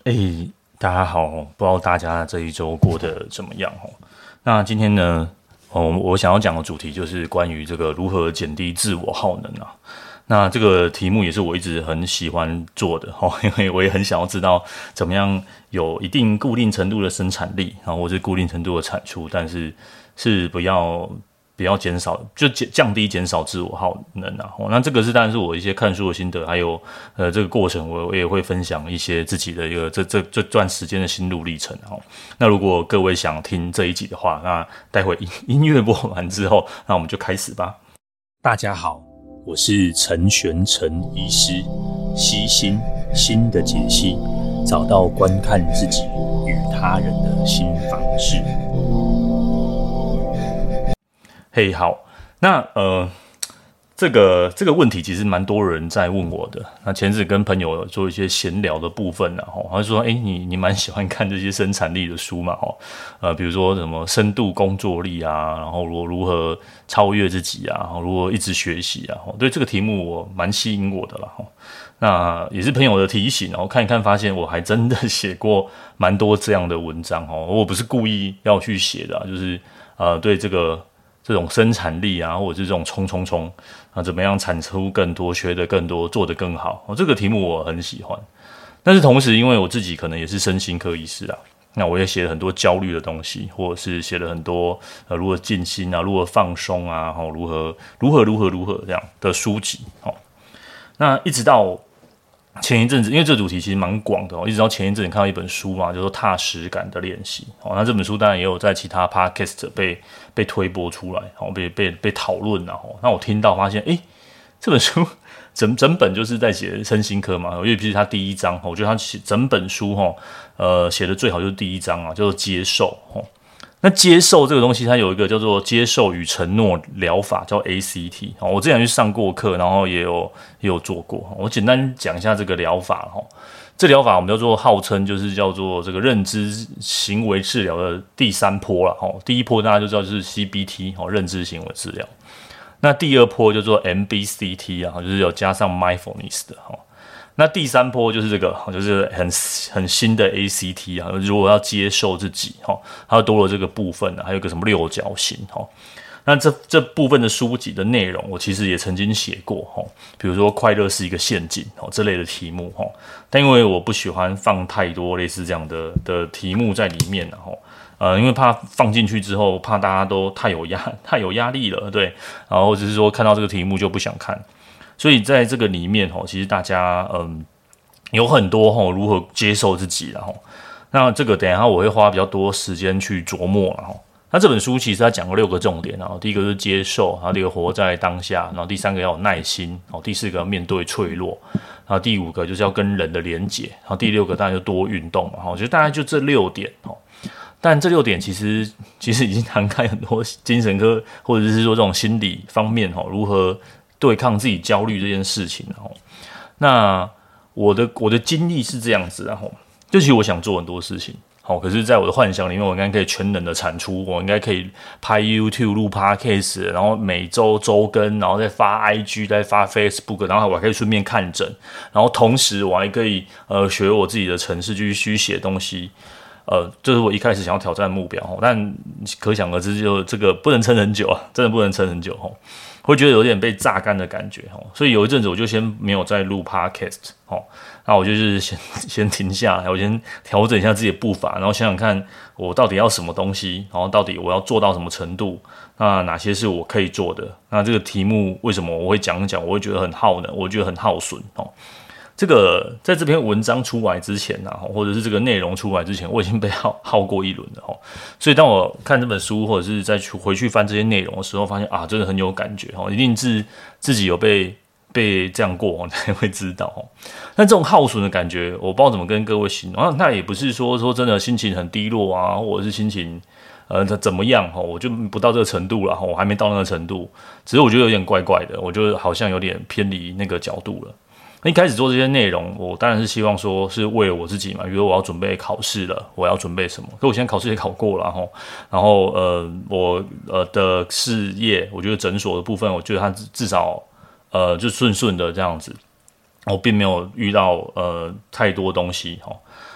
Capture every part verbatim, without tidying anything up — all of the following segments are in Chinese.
哎、欸，大家好，不知道大家这一周过得怎么样哦？那今天呢，哦，我想要讲的主题就是关于这个如何减低自我耗能啊。那这个题目也是我一直很喜欢做的哦，因为我也很想要知道怎么样有一定固定程度的生产力，然后或是固定程度的产出，但是是不要。不要减少，就降低减少自我耗能啊。哦，那这个是当然是我一些看书的心得，还有呃这个过程我，我也会分享一些自己的一个这这这段时间的心路历程哦。那如果各位想听这一集的话，那待会音音乐播完之后，那我们就开始吧。大家好，我是陈玄陈医师，析心心的解析，找到观看自己与他人的新方式。嘿、hey, 好，那呃，这个这个问题其实蛮多人在问我的。那前阵子跟朋友做一些闲聊的部分啊，吼，他就说，哎、欸，你你蛮喜欢看这些生产力的书嘛，吼，呃，比如说什么深度工作力啊，然后如如何超越自己啊，如何一直学习啊，对这个题目我蛮吸引我的啦，吼。那也是朋友的提醒，然后看一看，发现我还真的写过蛮多这样的文章哦。我不是故意要去写的、啊，就是呃，对这个。这种生产力啊，或者是这种冲冲冲啊，怎么样产出更多、学得更多、做得更好？哦，这个题目我很喜欢。但是同时，因为我自己可能也是身心科医师啊，那我也写了很多焦虑的东西，或者是写了很多呃如何静心啊、如何放松啊、哦如何如何如何如何这样的书籍。哦，那一直到前一阵子，因为这主题其实蛮广的哦，一直到前一阵子看到一本书嘛，叫做《踏实感的练习》哦。那这本书当然也有在其他 podcast 被被推播出来，哦，被被被讨论啊。哦，那我听到发现，诶，这本书整整本就是在写身心科嘛，尤其是他第一章，我觉得他写整本书哈，呃，写的最好就是第一章啊，叫做接受哦。那接受这个东西，它有一个叫做接受与承诺疗法，叫 A C T。我之前去上过课，然后也有也有做过。我简单讲一下这个疗法。这疗法我们叫做号称就是叫做这个认知行为治疗的第三波啦。第一波大家就知道就是 C B T 认知行为治疗。那第二波叫做 M B C T 啊，就是有加上 mindfulness 的。那第三波就是这个，就是很很新的 A C T 啊。如果要接受自己，哈，它多了这个部分啊，还有个什么六角形，哈。那这这部分的书籍的内容，我其实也曾经写过，哈。比如说快乐是一个陷阱，哦，这类的题目，哈。但因为我不喜欢放太多类似这样的的题目在里面，然后，呃，因为怕放进去之后，怕大家都太有压太有压力了，对，然后或者是说看到这个题目就不想看。所以在这个里面吼，其实大家嗯有很多吼如何接受自己，然后那这个等一下我会花比较多时间去琢磨，然后那这本书其实它讲了六个重点，然后第一个是接受，然后第二个活在当下，然后第三个要有耐心，然后第四个要面对脆弱，然后第五个就是要跟人的连结，然后第六个当然就多运动嘛，我觉得大概就这六点吼。但这六点其实其实已经涵盖很多精神科或者是说这种心理方面吼如何对抗自己焦虑这件事情，然后，那我的我的经历是这样子，然后，就其实我想做很多事情，好，可是在我的幻想里面，我应该可以全能的产出，我应该可以拍 YouTube 录 Podcast， 然后每周周更，然后再发 I G， 再发 Facebook， 然后我还可以顺便看诊，然后同时我还可以呃学我自己的程式，继续写东西。呃，这是我一开始想要挑战的目标，但可想而知，就这个不能撑很久啊，真的不能撑很久，会觉得有点被榨干的感觉，所以有一阵子我就先没有再录 podcast， 那我就是先先停下来，我先调整一下自己的步伐，然后想想看我到底要什么东西，然后到底我要做到什么程度，那哪些是我可以做的，那这个题目为什么我会讲一讲，我会觉得很耗呢？我觉得很耗损哦。这个在这篇文章出来之前啊，或者是这个内容出来之前，我已经被耗耗过一轮了哦。所以当我看这本书，或者是再去回去翻这些内容的时候，发现啊，真的很有感觉哦，一定是自己有被被这样过才会知道哦。那这种耗损的感觉，我不知道怎么跟各位形容。啊，那也不是说说真的心情很低落啊，或者是心情呃怎么样哦，我就不到这个程度了，我还没到那个程度，只是我觉得有点怪怪的，我觉得好像有点偏离那个角度了。一开始做这些内容，我当然是希望说是为了我自己嘛，比如我要准备考试了，我要准备什么？可我现在考试也考过了，然后，然后呃，我呃的事业，我觉得诊所的部分，我觉得它至少呃就顺顺的这样子，我并没有遇到呃太多东西哈。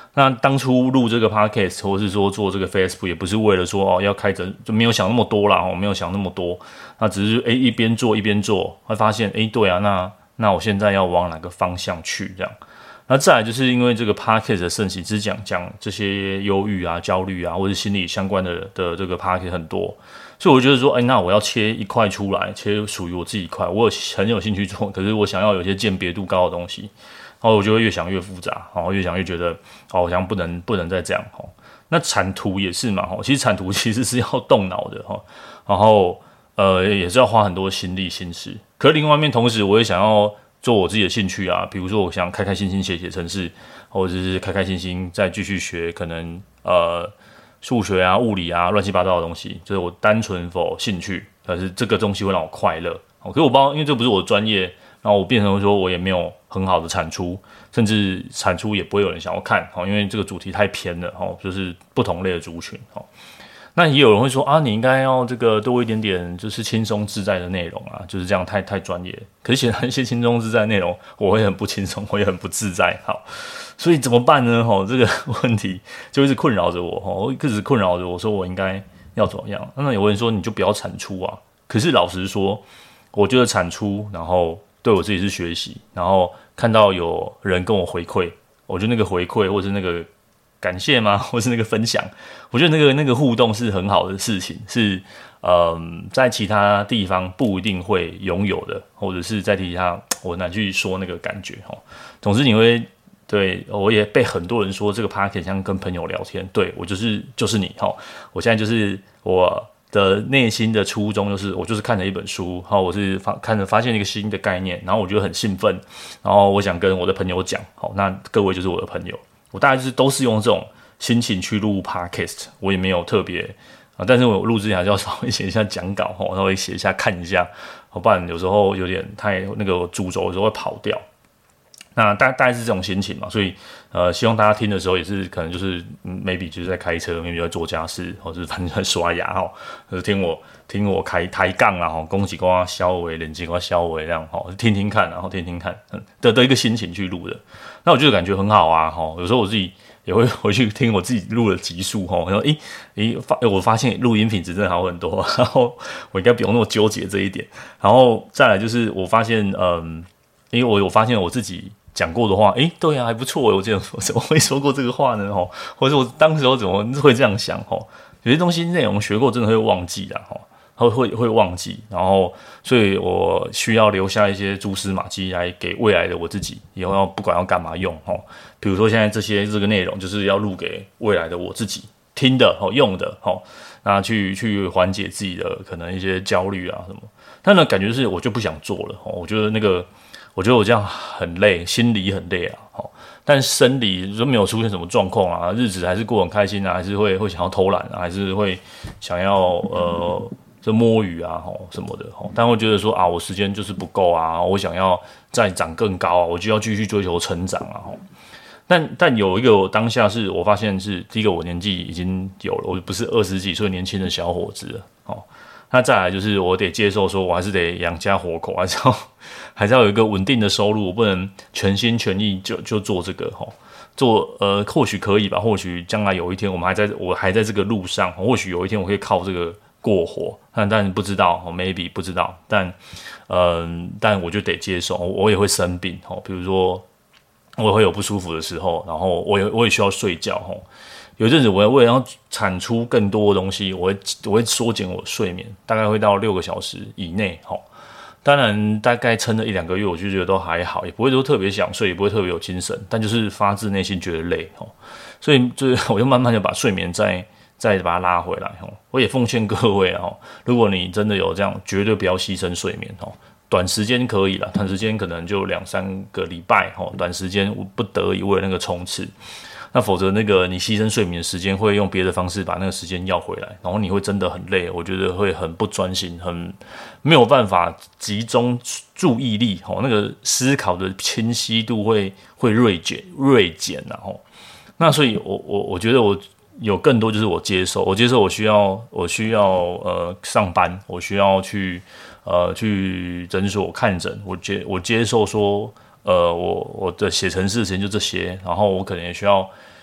那当初录这个 podcast 或是说做这个 Facebook 也不是为了说哦要开诊，就没有想那么多啦，哦没有想那么多，那只是诶一边做一边做，会发现诶对啊，那那我现在要往哪个方向去这样？那再来就是因为这个 podcast 的盛行，只讲讲这些忧郁啊、焦虑啊，或者心理相关的的这个 podcast 很多，所以我觉得说，哎，那我要切一块出来，切属于我自己一块，我有很有兴趣做，可是我想要有些鉴别度高的东西，然后我就会越想越复杂，然后越想越觉得，哦，好像不能不能再这样哈。那产图也是嘛，哈，其实产图其实是要动脑的哈，然后呃也是要花很多心力心思，可是另外一面同时我也想要做我自己的兴趣啊，比如说我想开开心心写写程式，或者是开开心心再继续学可能呃数学啊、物理啊、乱七八糟的东西，就是我单纯 for 兴趣，可是这个东西会让我快乐。可是我不知道，因为这不是我的专业，然后我变成说我也没有很好的产出，甚至产出也不会有人想要看，因为这个主题太偏了，就是不同类的族群。那也有人会说啊，你应该要这个多一点点，就是轻松自在的内容啊，就是这样太太专业。可是显然一些轻松自在的内容，我会很不轻松，我也很不自在。好，所以怎么办呢？吼，这个问题就一直困扰着我，吼，一直困扰着我说我应该要怎么样？那有人说你就不要产出啊。可是老实说，我觉得产出，然后对我自己是学习，然后看到有人跟我回馈，我觉得那个回馈或是那个感谢吗？或是那个分享，我觉得那个那个互动是很好的事情，是嗯，在其他地方不一定会拥有的，或者是在其他我难去说那个感觉哈。总之你会对我也被很多人说这个 podcast 像跟朋友聊天，对我就是就是你哈。我现在就是我的内心的初衷就是我就是看了一本书，然后我是发看着发现一个新的概念，然后我觉得很兴奋，然后我想跟我的朋友讲，好，那各位就是我的朋友。我大概就是都是用这种心情去录 podcast， 我也没有特别啊，但是我录之前还是要稍微写一下讲稿哈，稍微写一下看一下，不然有时候有点太那个主轴有时候会跑掉。那大大概是这种心情嘛，所以呃，希望大家听的时候也是可能就是、嗯、maybe 就是在开车 ，maybe 在做家事，或者反正在刷牙哈，就是听我听我开抬杠啦哈，恭喜瓜消维，冷静瓜消维这样哈，听听看，然后听听看的的一个心情去录的。那我觉得感觉很好啊哈，有时候我自己也会回去听我自己录的集数哈，然后诶诶发我发现录音品质真的好很多，然后我应该不用那么纠结这一点。然后再来就是我发现嗯，因为我有发现我自己讲过的话，诶，对啊，还不错，我这样怎么会说过这个话呢？吼，或者我当时候怎么会这样想？吼，有些东西内容学过，真的会忘记的，吼，会会会忘记，然后，所以我需要留下一些蛛丝马迹来给未来的我自己，以后要不管要干嘛用，吼，比如说现在这些这个内容，就是要录给未来的我自己听的，吼，用的，吼，那去去缓解自己的可能一些焦虑啊什么，但呢，感觉是我就不想做了，吼，我觉得那个。我觉得我这样很累，心理很累啊，哦，但生理就没有出现什么状况啊，日子还是过很开心啊，还是会会想要偷懒啊，还是会想要呃，就摸鱼啊，吼什么的，吼，但会觉得说啊，我时间就是不够啊，我想要再长更高啊，我就要继续追求成长啊，吼。但但有一个当下是我发现是第一个，我年纪已经有了，我不是二十几岁年轻的小伙子了，哦。那再来就是我得接受说，我还是得养家活口，还是要还是要有一个稳定的收入，我不能全心全意就就做这个吼，做呃或许可以吧，或许将来有一天我们还在我还在这个路上，或许有一天我可以靠这个过活，但但不知道 ，maybe 不知道，但嗯、呃，但我就得接受，我也会生病吼，比如说我也会有不舒服的时候，然后我也我也需要睡觉吼。有一阵子，我为了要产出更多的东西，我会我会缩减我的睡眠，大概会到六个小时以内。吼，当然大概撑了一两个月，我就觉得都还好，也不会说特别想睡，也不会特别有精神，但就是发自内心觉得累。吼，所以就是我就慢慢的把睡眠再再把它拉回来。吼，我也奉劝各位啊，如果你真的有这样，绝对不要牺牲睡眠。吼，短时间可以啦，短时间可能就两三个礼拜。吼，短时间不得已为了那个冲刺。那否则那个你牺牲睡眠的时间会用别的方式把那个时间要回来，然后你会真的很累，我觉得会很不专心，很没有办法集中注意力，吼，那个思考的清晰度会会锐减锐减，然后，那所以我我我觉得我有更多就是我接受，我接受我需要我需要呃上班，我需要去呃去诊所看诊，我接我接受说。呃，我我的写程式的时间就这些，然后我可能也需要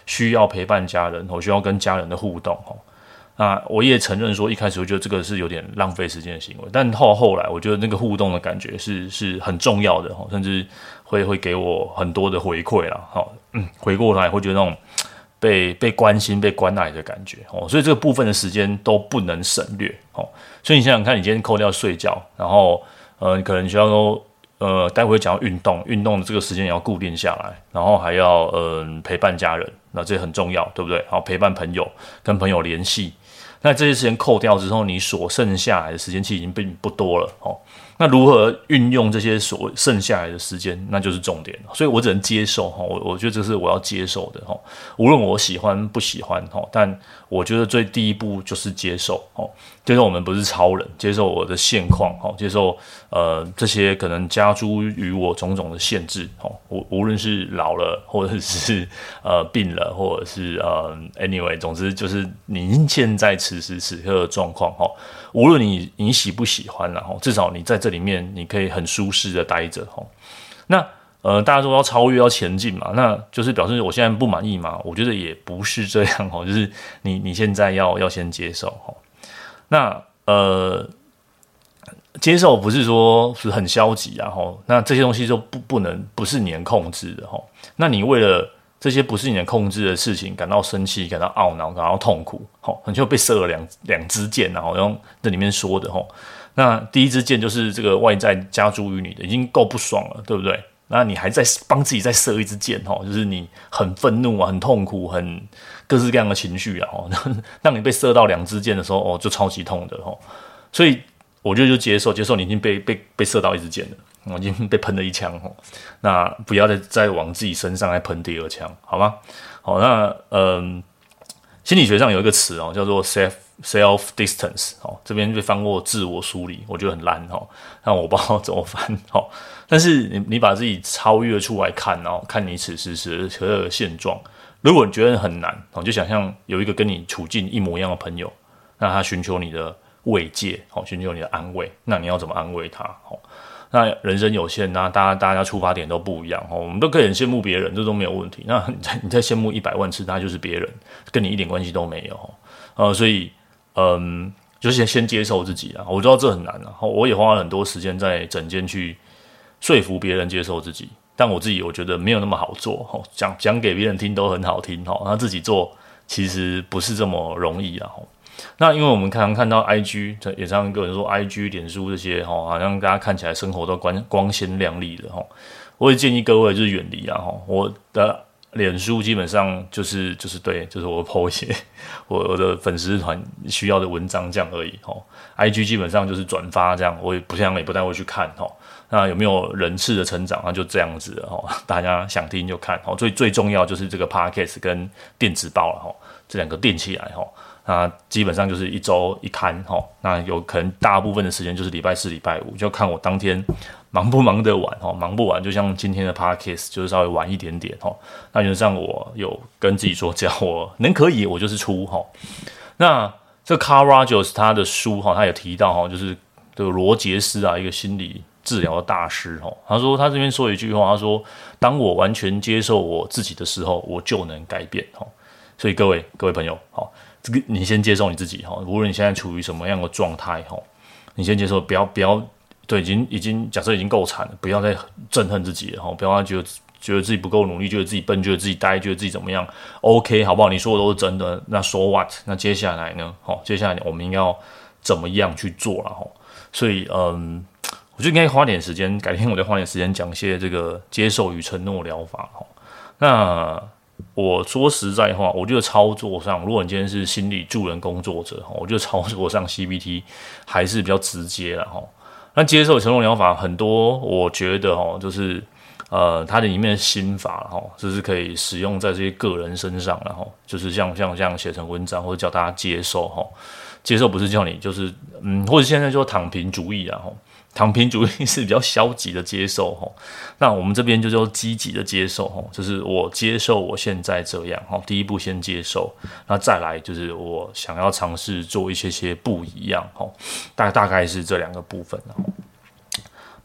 需要陪伴家人，我需要跟家人的互动哦。那我也承认说，一开始我觉得这个是有点浪费时间的行为，但后后来我觉得那个互动的感觉是是很重要的哦，甚至会会给我很多的回馈啦。好，嗯，回过来会觉得那种被被关心、被关爱的感觉哦，所以这个部分的时间都不能省略哦。所以你想想看，你今天扣掉睡觉，然后呃，你可能需要都呃，待会讲到运动，运动的这个时间也要固定下来，然后还要呃陪伴家人，那这很重要，对不对？然后陪伴朋友，跟朋友联系。那这些时间扣掉之后，你所剩下来的时间其实已经并不多了哦。那如何运用这些所剩下来的时间，那就是重点。所以我只能接受哈，我我觉得这是我要接受的哈。无论我喜欢不喜欢哈，但我觉得最第一步就是接受哦，接受我们不是超人，接受我的现况哈，接受呃这些可能加诸于我种种的限制哈。无无论是老了，或者是呃病了，或者是呃 anyway， 总之就是你现在此时此刻的状况哈。无论你你喜不喜欢啦，至少你在这里面你可以很舒适的待着吼。那呃大家说要超越要前进嘛，那就是表示我现在不满意嘛？我觉得也不是这样吼，就是你你现在要要先接受吼。那呃接受不是说是很消极啊吼，那这些东西就不不能不是你能控制的吼。那你为了这些不是你能控制的事情，感到生气，感到懊恼，感到痛苦，吼，你就被射了两两支箭，然后用这里面说的，吼，那第一支箭就是这个外在加诸于你的，已经够不爽了，对不对？那你还在帮自己再射一支箭，吼，就是你很愤怒啊，很痛苦，很各式各样的情绪啊，吼，当你被射到两支箭的时候，哦，就超级痛的，吼，所以我觉得就接受，接受你已经被被被射到一支箭了。我已经被喷了一枪吼，那不要再再往自己身上再喷第二枪，好吗？好，那嗯，心理学上有一个词哦，叫做 self self distance 哦，这边被翻过自我疏离，我觉得很烂哦，那我不知道怎么翻哦。但是你你把自己超越出来看哦，看你此时此刻的现状，如果你觉得很难哦，就想象有一个跟你处境一模一样的朋友，那他寻求你的慰藉，哦，寻求你的安慰，那你要怎么安慰他？哦。那人生有限，那大家大家出发点都不一样哦，我们都可以很羡慕别人，这都没有问题。那你在你在羡慕一百万次，他就是别人，跟你一点关系都没有。呃，所以嗯，就是先先接受自己啊。我知道这很难啊，我也花了很多时间在整间去说服别人接受自己，但我自己我觉得没有那么好做。哦，讲讲给别人听都很好听哦，那自己做其实不是这么容易啊。那因为我们常常看到 I G， 也常常有人说 I G、脸书这些吼，好像大家看起来生活都光光鲜亮丽的吼。我也建议各位就是远离啊吼。我的脸书基本上就是就是对，就是我 po 一些我我的粉丝团需要的文章这样而已吼。I G 基本上就是转发这样，我也不像也不太会去看吼。那有没有人次的成长，那就这样子了吼。大家想听就看吼。最最重要就是这个 Podcast 跟电子报了吼，这两个垫起来吼。那基本上就是一周一刊齁，那有可能大部分的时间就是礼拜四、礼拜五，就看我当天忙不忙得完齁，忙不完就像今天的 podcast 就是稍微晚一点点齁。那原则上我有跟自己说，只要我能可以，我就是出齁。那这 Carl Rogers 他的书齁，他有提到齁，就是这个罗杰斯啊，一个心理治疗的大师齁，他说他这边说一句话，他说：当我完全接受我自己的时候，我就能改变齁。所以各位各位朋友齁。这个你先接受你自己哈，无论你现在处于什么样的状态哈，你先接受，不要不要对，已经已经假设已经够惨了，不要再憎恨自己了哈，不要觉得觉得自己不够努力，觉得自己笨，觉得自己呆，觉得自己怎么样 ，OK 好不好？你说的都是真的，那 so what？ 那接下来呢？好，接下来我们应该要怎么样去做了哈？所以嗯，我就应该花点时间，改天我再花点时间讲一些这个接受与承诺疗法哈。那我说实在话，我觉得操作上，如果你今天是心理助人工作者，我觉得操作上 C B T 还是比较直接啦。那接受承诺疗法很多，我觉得就是呃，它的里面的心法就是可以使用在这些个人身上，然后就是像像像写成文章或者叫大家接受哈，接受不是叫你就是嗯，或者现在就躺平主义啊哈。躺平主义是比较消极的接受齁，那我们这边就叫积极的接受齁，就是我接受我现在这样齁，第一步先接受，那再来就是我想要尝试做一些些不一样齁，大大概是这两个部分齁。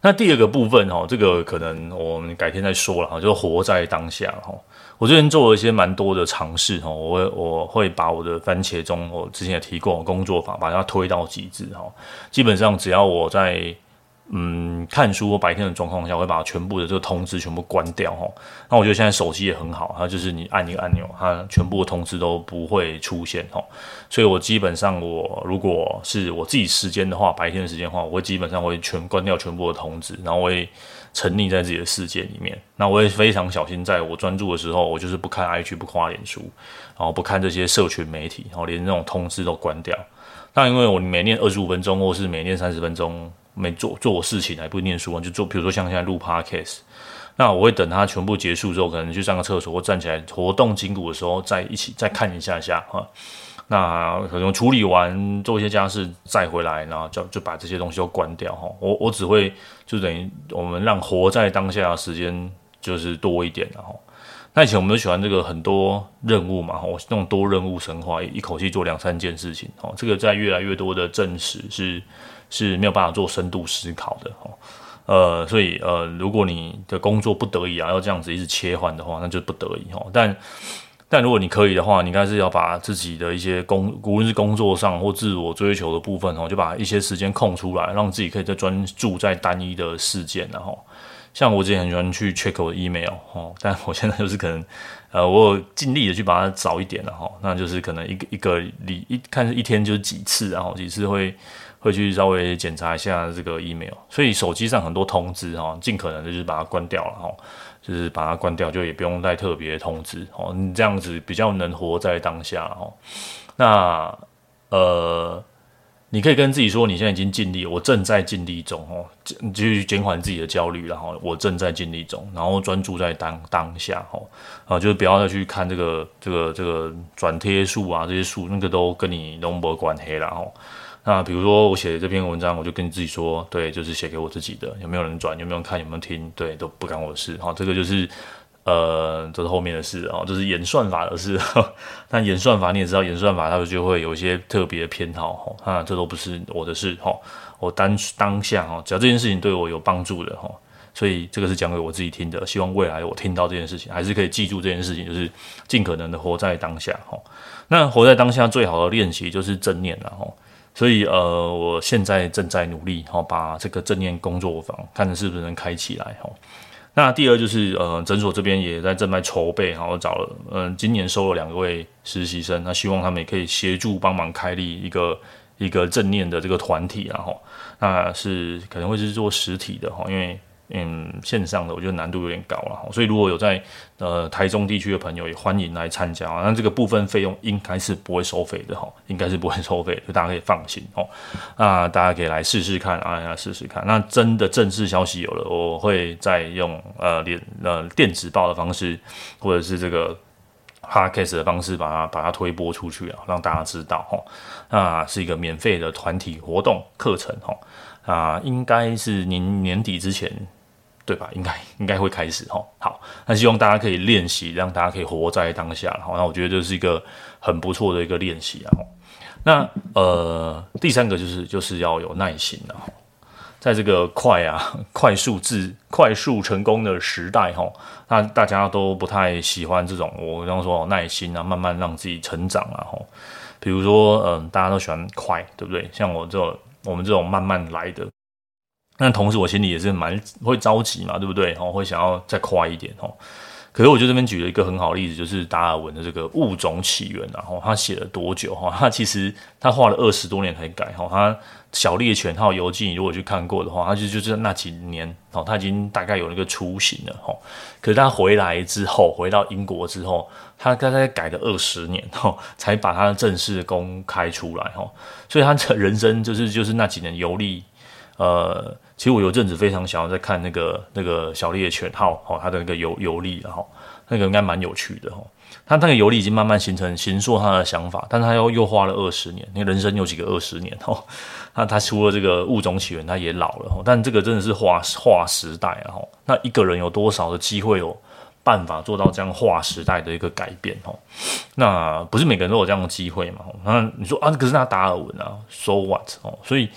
那第二个部分哈，这个可能我们改天再说了哈，就是活在当下哈。我最近做了一些蛮多的尝试哈，我会我会把我的番茄钟，我之前也提过的工作法，把它推到极致哈。基本上只要我在嗯看书或白天的状况下，我会把全部的这个通知全部关掉哈。那我觉得现在手机也很好，它就是你按一个按钮，它全部的通知都不会出现哈。所以我基本上我如果是我自己时间的话，白天的时间的话，我会基本上会全关掉全部的通知，然后我会沉溺在自己的世界里面。那我也非常小心，在我专注的时候，我就是不看 I G， 不看脸书，然后不看这些社群媒体，然后连那种通知都关掉。那因为我每念二十五分钟，或是每念三十分钟，没做做我事情，还不念书啊，就做，比如说像现在录 podcast， 那我会等它全部结束之后，可能去上个厕所或站起来活动筋骨的时候，再一起再看一下下哈。那可能处理完做一些家事再回来，然后就就把这些东西都关掉哈。我我只会就等于我们让活在当下的时间就是多一点然后。那以前我们都喜欢这个很多任务嘛，我那种多任务神话，一口气做两三件事情哦。这个在越来越多的证实是是没有办法做深度思考的哦。呃，所以呃，如果你的工作不得已啊，要这样子一直切换的话，那就不得已哦。但但如果你可以的话，你应该是要把自己的一些工，无论是工作上或自我追求的部分哦，就把一些时间空出来，让自己可以再专注在单一的事件然后。像我之前很喜欢去 check 我的 email 哦，但我现在就是可能，呃，我有尽力的去把它找一点了哈，那就是可能一个一个礼一看一天就是几次，然后几次会会去稍微检查一下这个 email， 所以手机上很多通知哈，尽可能的就是把它关掉了哈，就是把它关掉，就也不用再特别通知哦，你这样子比较能活在当下哦。那呃。你可以跟自己说，你现在已经尽力了，我正在尽力中哦，去减缓自己的焦虑，然后我正在尽力中，然后专注在当当下哦，啊，就是不要再去看这个这个这个转贴数啊，这些数那个都跟你都没关系啦哦。那比如说我写的这篇文章，我就跟自己说，对，就是写给我自己的，有没有人转，有没有人看，有没有听，对，都不干我的事，好，这个就是。呃，这是后面的事哦，这是演算法的事。但演算法你也知道，演算法它就会有一些特别的偏好哈，啊，这都不是我的事哈。我当当下哈，只要这件事情对我有帮助的哈，所以这个是讲给我自己听的。希望未来我听到这件事情，还是可以记住这件事情，就是尽可能的活在当下哈。那活在当下最好的练习就是正念了哈。所以呃，我现在正在努力哈，把这个正念工作坊看是不是能开起来哈。那第二就是呃，诊所这边也在正在筹备，然后找了嗯、呃，今年收了两位实习生，那希望他们也可以协助帮忙开立一个一个正念的这个团体，然后那是可能会是做实体的哈，因为嗯线上的我觉得难度有点高了，所以如果有在呃台中地区的朋友也欢迎来参加，那这个部分费用应该是不会收费的哈，应该是不会收费的，所以大家可以放心哦。那大家可以来试试看啊，来试试看。那真的正式消息有了，我会再用呃电呃电子报的方式，或者是这个 podcast 的方式把它把它推播出去啊，让大家知道哈。那是一个免费的团体活动课程哈，啊，应该是年年底之前。对吧？应该应该会开始哈。好，那希望大家可以练习，让大家可以活在当下。好，那我觉得这是一个很不错的一个练习啊。那呃，第三个就是就是要有耐心啊。在这个快啊、快速自快速成功的时代哈，那大家都不太喜欢这种我刚刚说耐心啊，慢慢让自己成长啊。哈，比如说嗯、呃，大家都喜欢快，对不对？像我这种我们这种慢慢来的。但同时我心里也是蛮会着急嘛，对不对？会想要再快一点。可是我就这边举了一个很好的例子，就是达尔文的这个物种起源，然后他写了多久？他其实他花了二十多年才改。他小猎犬还有游记，你如果去看过的话，他就就是那几年，他已经大概有那个雏形了。可是他回来之后，回到英国之后，他大概改了二十年，才把他正式公开出来。所以他的人生就是就是那几年游历。呃，其实我有阵子非常想要在看那个那个小猎犬号，哦，它的那个游游历，然后那个应该蛮有趣的哈。他那个游历已经慢慢形成形塑他的想法，但他又又花了二十年，那个人生有几个二十年哦。那他除了这个物种起源，他也老了，但这个真的是划划时代啊！那一个人有多少的机会有办法做到这样划时代的一个改变哦？那不是每个人都有这样的机会嘛？那你说啊，可是那达尔文啊 ，so what 哦？所以。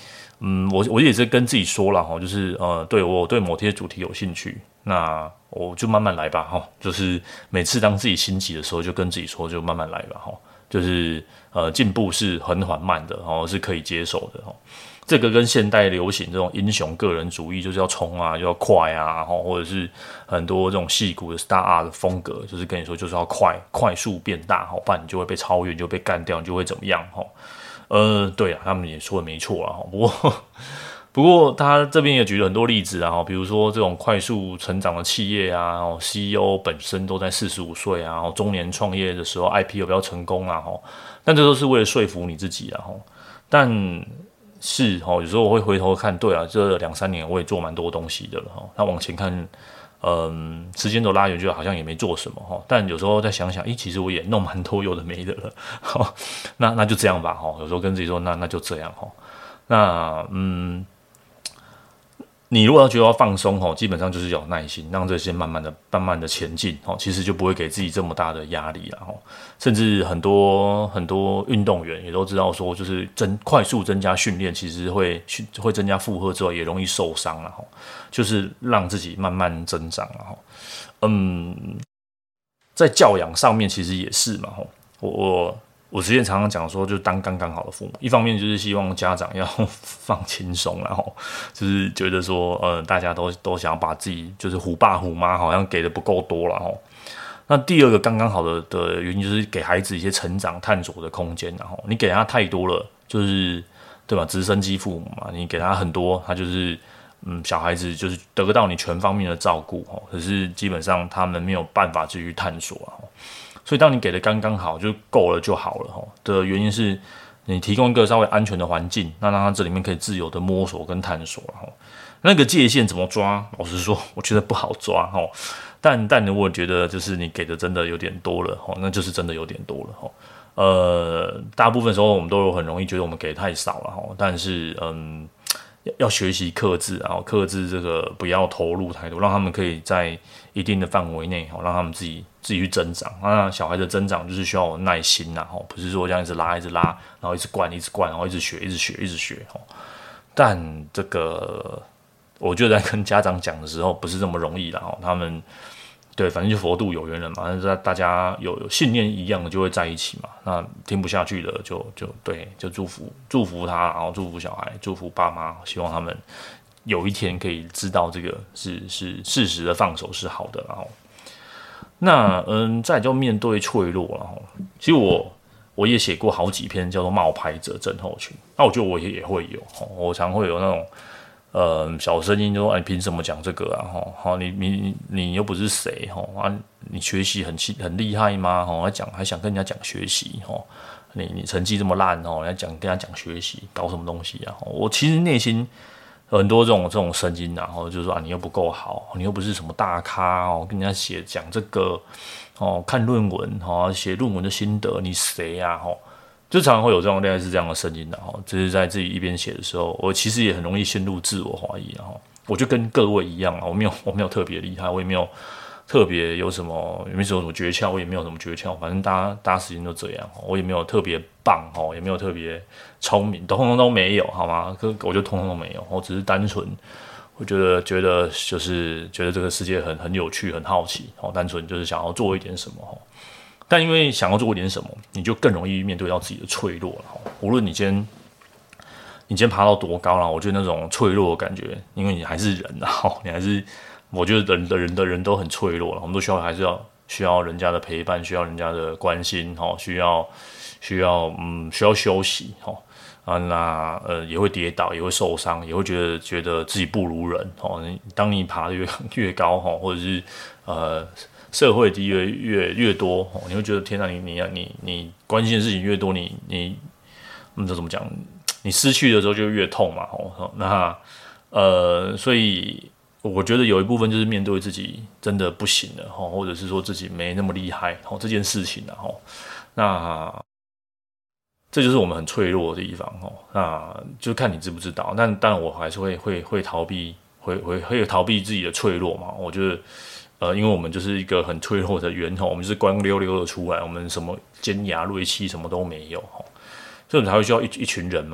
嗯，我我也是跟自己说了哈，就是呃，对我对某些主题有兴趣，那我就慢慢来吧哈。就是每次当自己心急的时候，就跟自己说，就慢慢来吧哈。就是呃，进步是很缓慢的，哦，是可以接受的哈。这个跟现代流行这种英雄个人主义，就是要冲啊，就要快啊，或者是很多这种戏骨的 Star Art 的风格，就是跟你说就是要快，快速变大，不然你就会被超越，你就被干掉，你就会怎么样哈？呃，对啊，他们也说的没错啊，不过不过他这边也举了很多例子啊，比如说这种快速成长的企业啊，C E O 本身都在四十五岁啊，中年创业的时候 I P O 比较成功啊，但这都是为了说服你自己啊，但是哈，有时候我会回头看，对啊，这两三年我也做蛮多东西的了哈。那往前看，嗯，时间都拉远，就好像也没做什么哈。但有时候再想想，诶，其实我也弄蛮多有的没的了。哈，那那就这样吧哈。有时候跟自己说，那那就这样哈。那嗯。你如果要觉得要放松吼，基本上就是有耐心，让这些慢慢的、慢慢的前进吼，其实就不会给自己这么大的压力了吼。甚至很多很多运动员也都知道说，就是增快速增加训练，其实会会增加负荷之后，也容易受伤了吼。就是让自己慢慢增长了吼。嗯，在教养上面其实也是嘛吼，我我。我之前常常讲说，就当刚刚好的父母，一方面就是希望家长要放轻松，然后就是觉得说，呃，大家都都想要把自己就是虎爸虎妈好像给的不够多了吼。那第二个刚刚好的的原因就是给孩子一些成长探索的空间，然后你给他太多了，就是对吧？直升机父母嘛，你给他很多，他就是嗯，小孩子就是得到你全方面的照顾吼，可是基本上他们没有办法继续探索啊。所以，当你给的刚刚好就够了就好了吼的原因是，你提供一个稍微安全的环境，那让他这里面可以自由的摸索跟探索吼。那个界限怎么抓？老实说，我觉得不好抓吼。但但如果觉得就是你给的真的有点多了吼，那就是真的有点多了吼。呃，大部分时候我们都有很容易觉得我们给的太少了吼，但是嗯。要学习克制，然后克制这个不要投入太多，让他们可以在一定的范围内，让他们自己自己去增长。那小孩的增长就是需要有耐心呐，不是说这样一直拉一直拉，然后一直灌一直灌，然后一直学一直学一直学。但这个我觉得在跟家长讲的时候不是这么容易啦，他们。对，反正就佛度有缘人嘛，那大家有有信念一样的就会在一起嘛。那听不下去的就就对，就祝福祝福他，然后祝福小孩，祝福爸妈，希望他们有一天可以知道这个是是事实的放手是好的。然后，那嗯，再就面对脆弱，然后其实我我也写过好几篇叫做冒牌者症候群。那我觉得我也也会有，我常会有那种。呃，小声音就说：“哎，凭什么讲这个啊？吼，好，你你你又不是谁，吼啊，你学习很很厉害吗？吼，还讲还想跟人家讲学习，吼，你你成绩这么烂，吼，人家讲跟人家讲学习，搞什么东西啊？我其实内心很多这种这种声音，然后就是说啊，你又不够好，你又不是什么大咖哦，跟人家写讲这个哦，看论文哦，写论文的心得，你谁呀？吼。”就常常会有这种类似这样的声音，然后就是在自己一边写的时候，我其实也很容易陷入自我怀疑，然后我就跟各位一样啊，我没有我没有特别厉害，我也没有特别有什么也没有什么诀窍，我也没有什么诀窍，反正大家大家时间都这样，我也没有特别棒哦，也没有特别聪明，都通通都没有，好吗？可我就通通都没有，我只是单纯我觉得觉得就是觉得这个世界很很有趣，很好奇，哦，单纯就是想要做一点什么哦。但因为想要做一点什么，你就更容易面对到自己的脆弱了。无论你今天你今天爬到多高了，我觉得那种脆弱的感觉，因为你还是人啊，你还是我觉得人的人的人都很脆弱了，我们都需要还是要需要人家的陪伴，需要人家的关心，需要需要嗯需要休息哈啊，那呃也会跌倒，也会受伤，也会觉得觉得自己不如人哦。当你爬得越越高哈，或者是呃。社会地位越越多，你会觉得天哪，你你你你关心的事情越多，你你嗯这怎么讲？你失去的时候就越痛嘛，吼。那呃，所以我觉得有一部分就是面对自己真的不行了，吼，或者是说自己没那么厉害，吼这件事情啊，吼，那这就是我们很脆弱的地方，吼。那就看你知不知道。但当然我还是会会会逃避，会会会逃避自己的脆弱嘛。我觉得。呃，因为我们就是一个很脆弱的源头，我们就是光溜溜的出来，我们什么尖牙锐气什么都没有，所以我们才会需要一一群人嘛，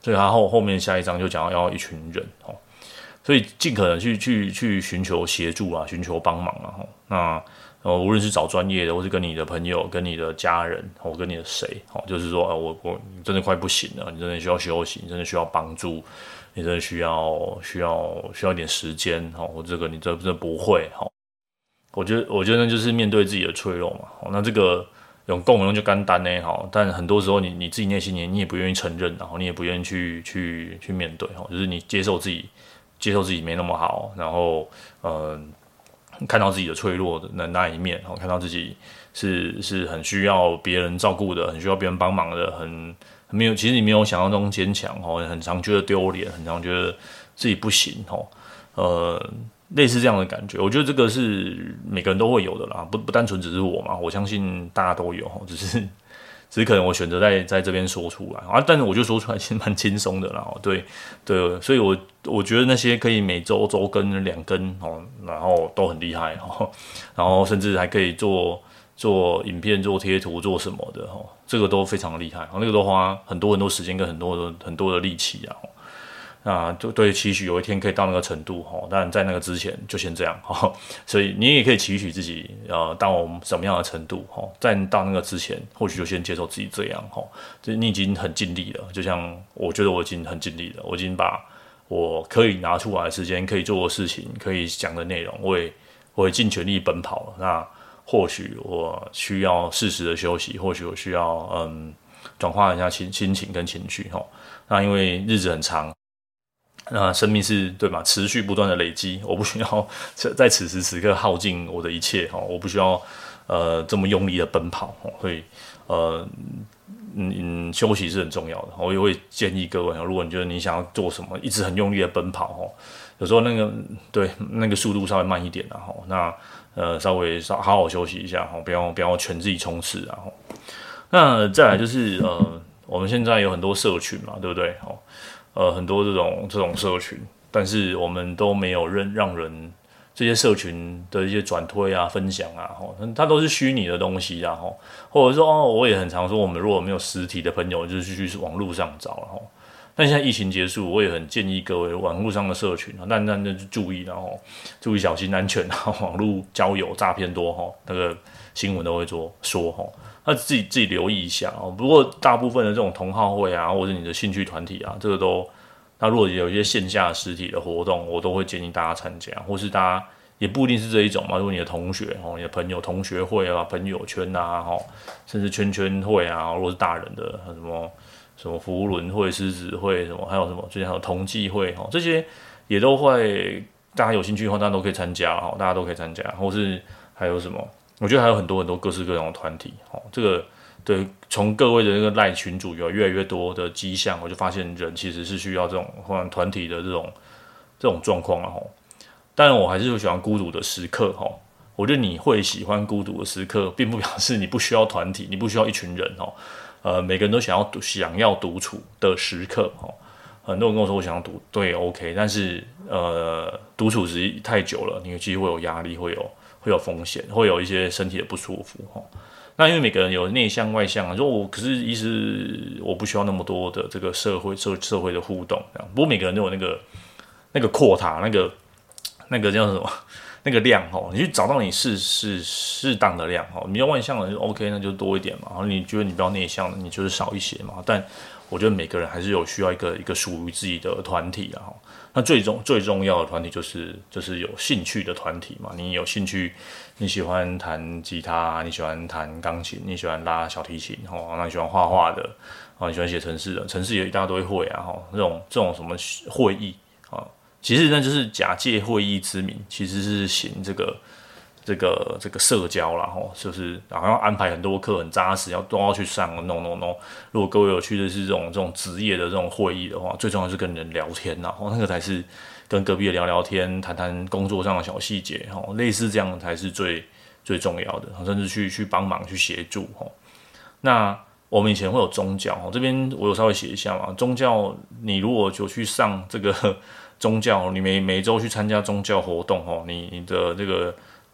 所以他后后面下一章就讲要一群人哦，所以尽可能去去去寻求协助啊，寻求帮忙啊。那呃，无论是找专业的，或是跟你的朋友、跟你的家人，或跟你的谁，哦，就是说，呃，我我你真的快不行了，你真的需要休息，你真的需要帮助，你真的需要需要需要一点时间，哦，我这个你真的不会，哦，我觉得我觉得那就是面对自己的脆弱嘛，哦，那这个用共用就干单呢，好，但很多时候你你自己内心你你也不愿意承认，然后你也不愿意去去去面对，哦，就是你接受自己接受自己没那么好，然后呃。看到自己的脆弱的那那一面，哦，看到自己是是很需要别人照顾的，很需要别人帮忙的，很很没有，其实你没有想象中坚强，哦，很常觉得丢脸，很常觉得自己不行，哦，呃，类似这样的感觉，我觉得这个是每个人都会有的啦，不不单纯只是我嘛，我相信大家都有，只是只是可能我选择在在这边说出来啊，但是我就说出来其实蛮轻松的啦，对对，所以我我觉得那些可以每周周更两更哦，然后都很厉害哦，然后甚至还可以做做影片、做贴图、做什么的哦，这个都非常厉害，那个都花很多很多时间跟很多的很多的力气啊。那就对，期许有一天可以到那个程度哈，当然在那个之前就先这样哈，所以你也可以期许自己呃到我们什么样的程度哈，在到那个之前，或许就先接受自己这样哈，就是你已经很尽力了，就像我觉得我已经很尽力了，我已经把我可以拿出来的时间、可以做的事情、可以讲的内容，我也我也尽全力奔跑了。那或许我需要适时的休息，或许我需要嗯转化一下心心情跟情绪哈。那因为日子很长。那生命是对嘛？持续不断的累积，我不需要在此时此刻耗尽我的一切哈，我不需要呃这么用力的奔跑，所以呃嗯休息是很重要的。我也会建议各位，如果你觉得你想要做什么，一直很用力的奔跑哈，有时候那个对那个速度稍微慢一点然后那呃稍微稍好好休息一下哈，不要不要全自己冲刺然后。那再来就是呃我们现在有很多社群嘛，对不对？哦。呃，很多这种这种社群，但是我们都没有让让人这些社群的一些转推啊、分享啊，吼，它都是虚拟的东西啊，吼，或者说哦，我也很常说，我们如果没有实体的朋友，就是去网络上找，吼。但现在疫情结束，我也很建议各位网络上的社群啊，但但就注意，然后注意小心安全，然后网络交友诈骗多，吼，那个新闻都会做说，吼。那自己自己留意一下哦。不过大部分的这种同好会啊，或者你的兴趣团体啊，这个都，那如果有一些线下实体的活动，我都会建议大家参加，或是大家也不一定是这一种嘛。如果你的同学哦，你的朋友同学会啊、朋友圈啊，哦，甚至圈圈会啊，如果是大人的什么什么福伦会、狮子会什么，还有什么最近还有同济会哦，这些也都会，大家有兴趣的话，大家都可以参加哦，大家都可以参加，或是还有什么。我觉得还有很多很多各式各样的团体，哦，这个对，从各位的那个赖群组有越来越多的迹象，我就发现人其实是需要这种或者团体的这种这种状况啊，吼。当然，我还是会喜欢孤独的时刻，吼。我觉得你会喜欢孤独的时刻，并不表示你不需要团体，你不需要一群人，吼。呃，每个人都想要想要独处的时刻，吼。很多人跟我说我想要独，对 ，OK， 但是呃，独处时间太久了，你其实会有压力，会有。会有风险，会有一些身体的不舒服哈。那因为每个人有内向外向啊，说我可是意思我不需要那么多的这个社会社社会的互动这样。不过每个人都有那个那个扩塔，那个那个叫什么那个量哈，你去找到你适适适当的量哈。你要外向的就 OK， 那就多一点嘛。然后你觉得你比较内向的，你就是少一些嘛。但我觉得每个人还是有需要一个一个属于自己的团体啊。那最重最重要的团体就是就是有兴趣的团体嘛。你有兴趣，你喜欢弹吉他，你喜欢弹钢琴，你喜欢拉小提琴，哦，那你喜欢画画的，哦，你喜欢写程式的，程式也一大堆会啊，哈，这种这种什么会议啊，其实那就是假借会议之名，其实是行这个。这个这个社交啦，吼，就是好像安排很多课很扎实，要都要去上 ，no no no。如果各位有去的是这种这种职业的这种会议的话，最重要是跟人聊天呐，吼，那个才是跟隔壁的聊聊天，谈谈工作上的小细节，吼，类似这样才是最最重要的，甚至去去帮忙去协助，吼。那我们以前会有宗教，吼，这边我有稍微写一下嘛，宗教你如果就去上这个宗教，你每每周去参加宗教活动，吼，你你的这个。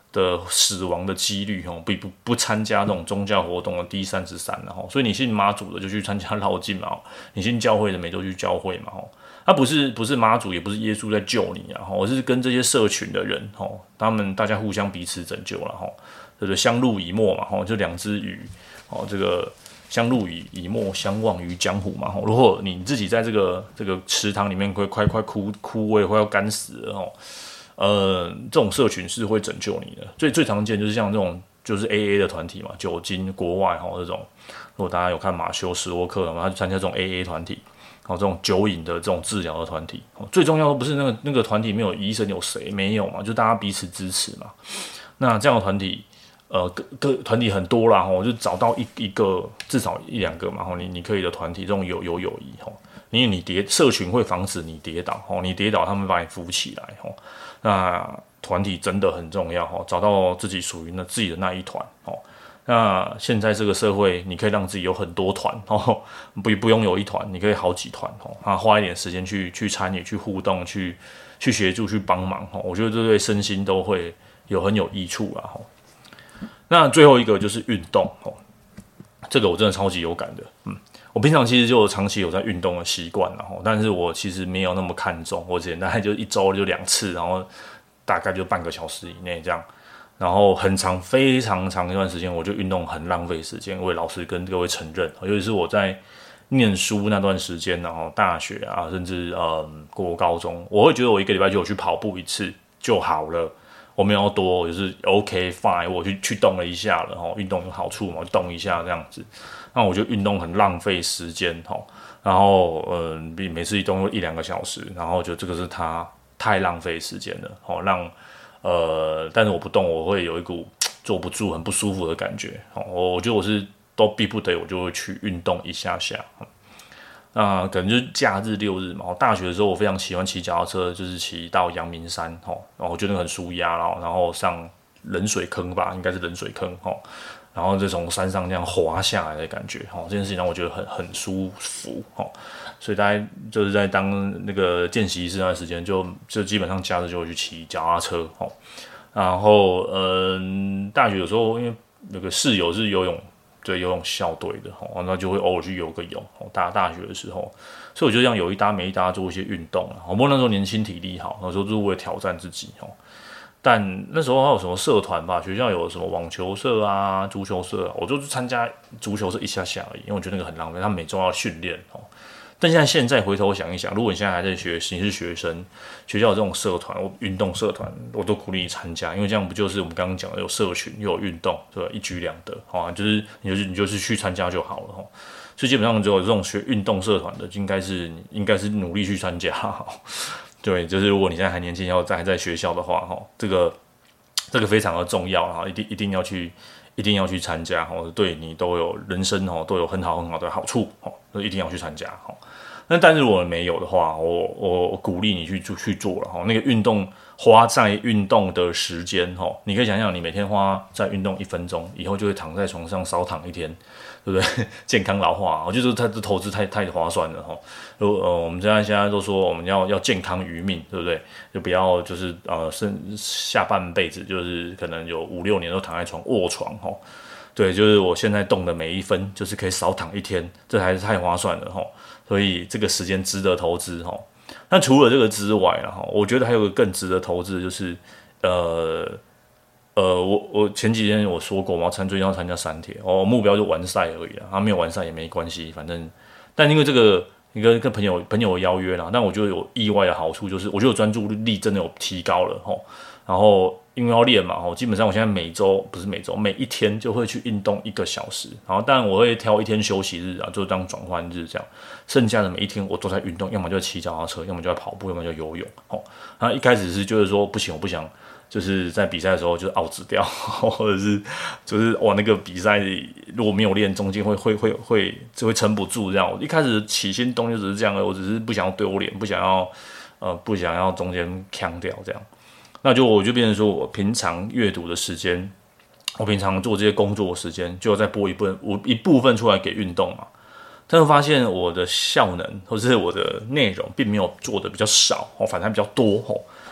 的死亡的几率哦，比不不参加这种宗教活动的低三十三了哈。所以你信妈祖的就去参加绕境嘛，你信教会的每周去教会嘛哈。他、啊、不是不是妈祖，也不是耶稣在救你啊，我是跟这些社群的人吼，他们大家互相彼此拯救了吼，对不对？相濡以沫嘛吼，就两只鱼哦，这个相濡以以沫，相忘于江湖嘛吼。如果你自己在这个这个池塘里面会快快枯枯萎，快要干死了吼，呃，这种社群是会拯救你的。最最常见就是像这种就是 A A 的团体嘛，酒精国外吼这种，如果大家有看马修史沃克的嘛，他去参加这种 A A 团体。哦，这种酒瘾的这种治疗的团体，哦，最重要的不是那个那个团体没有医生有谁没有嘛，就大家彼此支持嘛。那这样的团体，呃，各各团体很多啦，吼，就找到一一个至少一两个嘛，吼，你你可以的团体，这种有有友谊，吼，因为你跌社群会防止你跌倒，吼，你跌倒他们把你扶起来，吼，那团体真的很重要，吼，找到自己属于那自己的那一团，吼。那现在这个社会，你可以让自己有很多团哦，不不用有一团，你可以好几团哦，啊，花一点时间去去参与、去互动、去去协助、去帮忙哦，我觉得这对身心都会有很有益处啦哦。那最后一个就是运动哦，这个我真的超级有感的，嗯，我平常其实就长期有在运动的习惯啦哦，但是我其实没有那么看重，我之前大概就一周就两次，然后大概就半个小时以内这样。然后很长非常长一段时间，我就运动很浪费时间，我也老实跟各位承认，尤其是我在念书那段时间，然后大学啊，甚至嗯国高中，我会觉得我一个礼拜就有去跑步一次就好了，我没有多，我就是 OK fine， 我去去动了一下了，哈，运动有好处嘛，我就动一下这样子，那我就运动很浪费时间，哈，然后嗯每次一动一两个小时，然后就这个是它太浪费时间了，好让。呃，但是我不动，我会有一股坐不住、很不舒服的感觉。哦，我我觉得我是都逼不得，我就会去运动一下下。那可能就是假日六日嘛。大学的时候，我非常喜欢骑脚踏车，就是骑到阳明山，哦，然后我觉得很舒压，然后然后上冷水坑吧，应该是冷水坑，哦，然后就从山上这样滑下来的感觉，哦，这件事情让我觉得很很舒服，哦。所以大概就是在当那个见习师那段时间就，就基本上假日就会去骑脚踏车，哦，然后嗯，大学有时候因为有个室友是游泳，对游泳校队的，哦，那就会偶尔去游个泳，哦，大大学的时候，所以我就这样有一搭没一搭做一些运动啊。不过那时候年轻体力好，那时候就是为了挑战自己，哦。但那时候还有什么社团吧，学校有什么网球社啊、足球社啊，我就去参加足球社一下下而已，因为我觉得那个很浪费，他每周要训练，哦。但现在现在回头想一想，如果你现在还在学，你是学生，学校有这种社团、运动社团，我都鼓励你参加，因为这样不就是我们刚刚讲的有社群又有运动，对吧？一举两得，好，就是你就是你就是去参加就好了，哈。所以基本上只有这种学运动社团的，应该是应该是努力去参加，对，就是如果你现在还年轻，要在还在学校的话，哈，这个这个非常的重要，哈，一定一定要去。一定要去参加，哦，对你都有人生哦，都有很好很好的好处，哦，一定要去参加，哦。那但是如果没有的话，我我我鼓励你去去做了，哈，那个运动花在运动的时间，哈，你可以想想，你每天花在运动一分钟，以后就会躺在床上少躺一天，对不对？健康老化，我觉得它的投资太太划算了，哈。如果呃，我们现在现在都说我们要要健康于命，对不对？就不要就是呃，剩下半辈子就是可能有五六年都躺在床卧床，哈。对，就是我现在动的每一分，就是可以少躺一天，这还是太划算了，哈。所以这个时间值得投资，哈。那除了这个之外，哈，我觉得还有个更值得投资的就是，呃呃，我我前几天我说过，我要参最近要参加三铁，哦，目标就完赛而已啦，他没有完赛也没关系，反正，但因为这个。一个跟朋友朋友邀约啦，但我觉得有意外的好处，就是我觉得我专注力真的有提高了吼。然后因为要练嘛吼，基本上我现在每周不是每周每一天就会去运动一个小时，然后当然我会挑一天休息日啊，就当转换日这样。剩下的每一天我都在运动，要么就骑脚踏车，要么就在跑步，要么就游泳吼。然后一开始是就是说不行，我不想。就是在比赛的时候就是傲子掉，或者是就是哇那个比赛如果没有练，中间会会会会就会撑不住这样。我一开始起心动念就只是这样的，我只是不想要丢脸，不想要呃不想要中间呛掉这样。那就我就变成说我平常阅读的时间，我平常做这些工作的时间，就要再拨一部分我一部分出来给运动嘛。但是发现我的效能或者是我的内容并没有做的比较少，反而还比较多。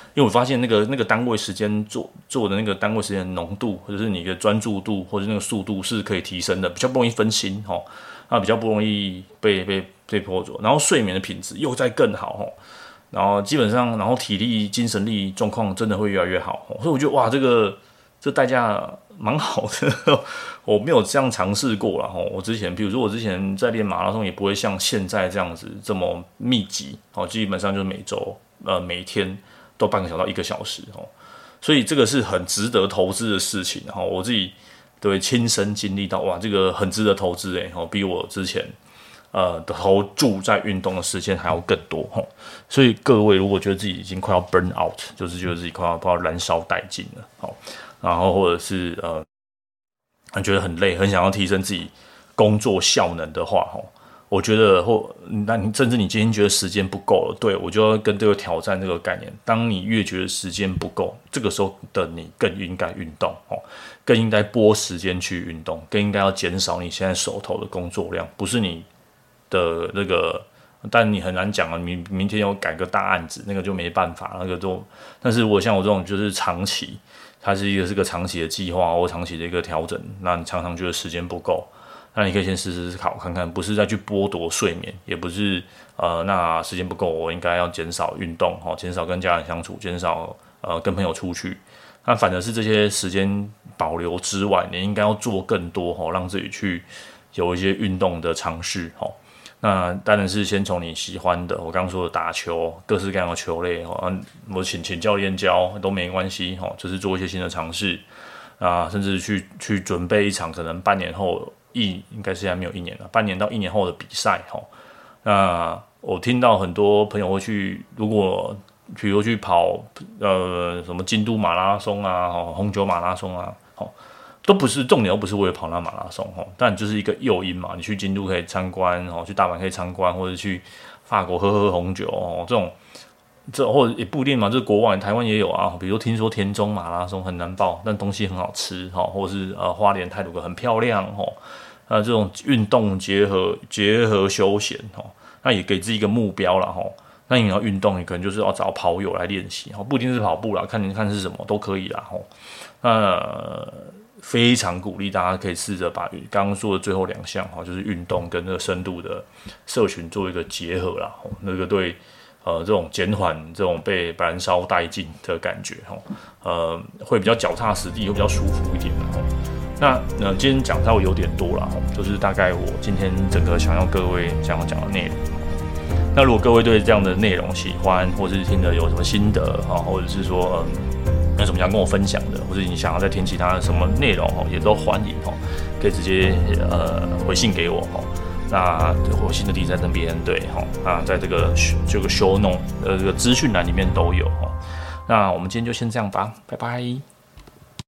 因为我发现那个那个单位时间做做的那个单位时间的浓度，或者是你的专注度，或者是那个速度是可以提升的，比较不容易分心哈，那比较不容易被被被迫着，然后睡眠的品质又再更好哈，然后基本上，然后体力、精神力状况真的会越来越好，所以我觉得哇，这个这代价蛮好的，我没有这样尝试过啦。我之前，比如说我之前在练马拉松，也不会像现在这样子这么密集，基本上就是每周呃每天都半个小时到一个小时，所以这个是很值得投资的事情。我自己都会亲身经历到，哇，这个很值得投资诶，比我之前呃投注在运动的时间还要更多。所以各位如果觉得自己已经快要 burn out， 就是觉得自己快要快要燃烧殆尽了，然后或者是呃觉得很累，很想要提升自己工作效能的话，我觉得或那你甚至你今天觉得时间不够了，对，我就要跟这个挑战这个概念。当你越觉得时间不够，这个时候的你更应该运动哦，更应该拨时间去运动，更应该要减少你现在手头的工作量，不是你的那个。但你很难讲啊，明明天要改个大案子，那个就没办法，那个都。但是如果像我这种就是长期，它是一个是个长期的计划或长期的一个调整，那你常常觉得时间不够。那你可以先试试考看看，不是再去剥夺睡眠，也不是呃，那时间不够，我应该要减少运动，哈，减少跟家人相处，减少呃跟朋友出去。那反而是这些时间保留之外，你应该要做更多，哈，让自己去有一些运动的尝试，哈。那当然是先从你喜欢的，我刚刚说的打球，各式各样的球类，我请请教练教都没关系，就是做一些新的尝试啊，甚至去去准备一场可能半年后。一应该是还没有一年了，半年到一年后的比赛哈。那我听到很多朋友会去，如果比如去跑呃什么京都马拉松啊、红酒马拉松啊，都不是重点，都不是为了跑那马拉松哈，但就是一个诱因嘛。你去京都可以参观，去大阪可以参观，或者去法国喝喝红酒哦，这种这或者也不一定嘛，就是国外台湾也有啊。比如听说田中马拉松很难报，但东西很好吃哈，或者是呃花莲太鲁阁很漂亮哈。呃，这种运动结合结合休闲哈，那也给自己一个目标啦哈。那你要运动，你可能就是要找跑友来练习哈，不一定是跑步啦，看你看是什么都可以啦哈。那非常鼓励大家可以试着把刚刚说的最后两项哈，就是运动跟那个深度的社群做一个结合啦，那个对呃这种减缓这种被燃烧殆尽的感觉哈，呃会比较脚踏实地，会比较舒服一点哈。那呃，今天讲稍微有点多了，就是大概我今天整个想要各位想要讲的内容。那如果各位对这样的内容喜欢，或是听的有什么心得啊，或者是说嗯有什么想跟我分享的，或者你想要再听其他的什么内容也都欢迎哦，可以直接呃回信给我哈。那回信的地址在那边，对哈啊，在这个这个 show note 呃这个资讯栏里面都有哈。那我们今天就先这样吧，拜拜。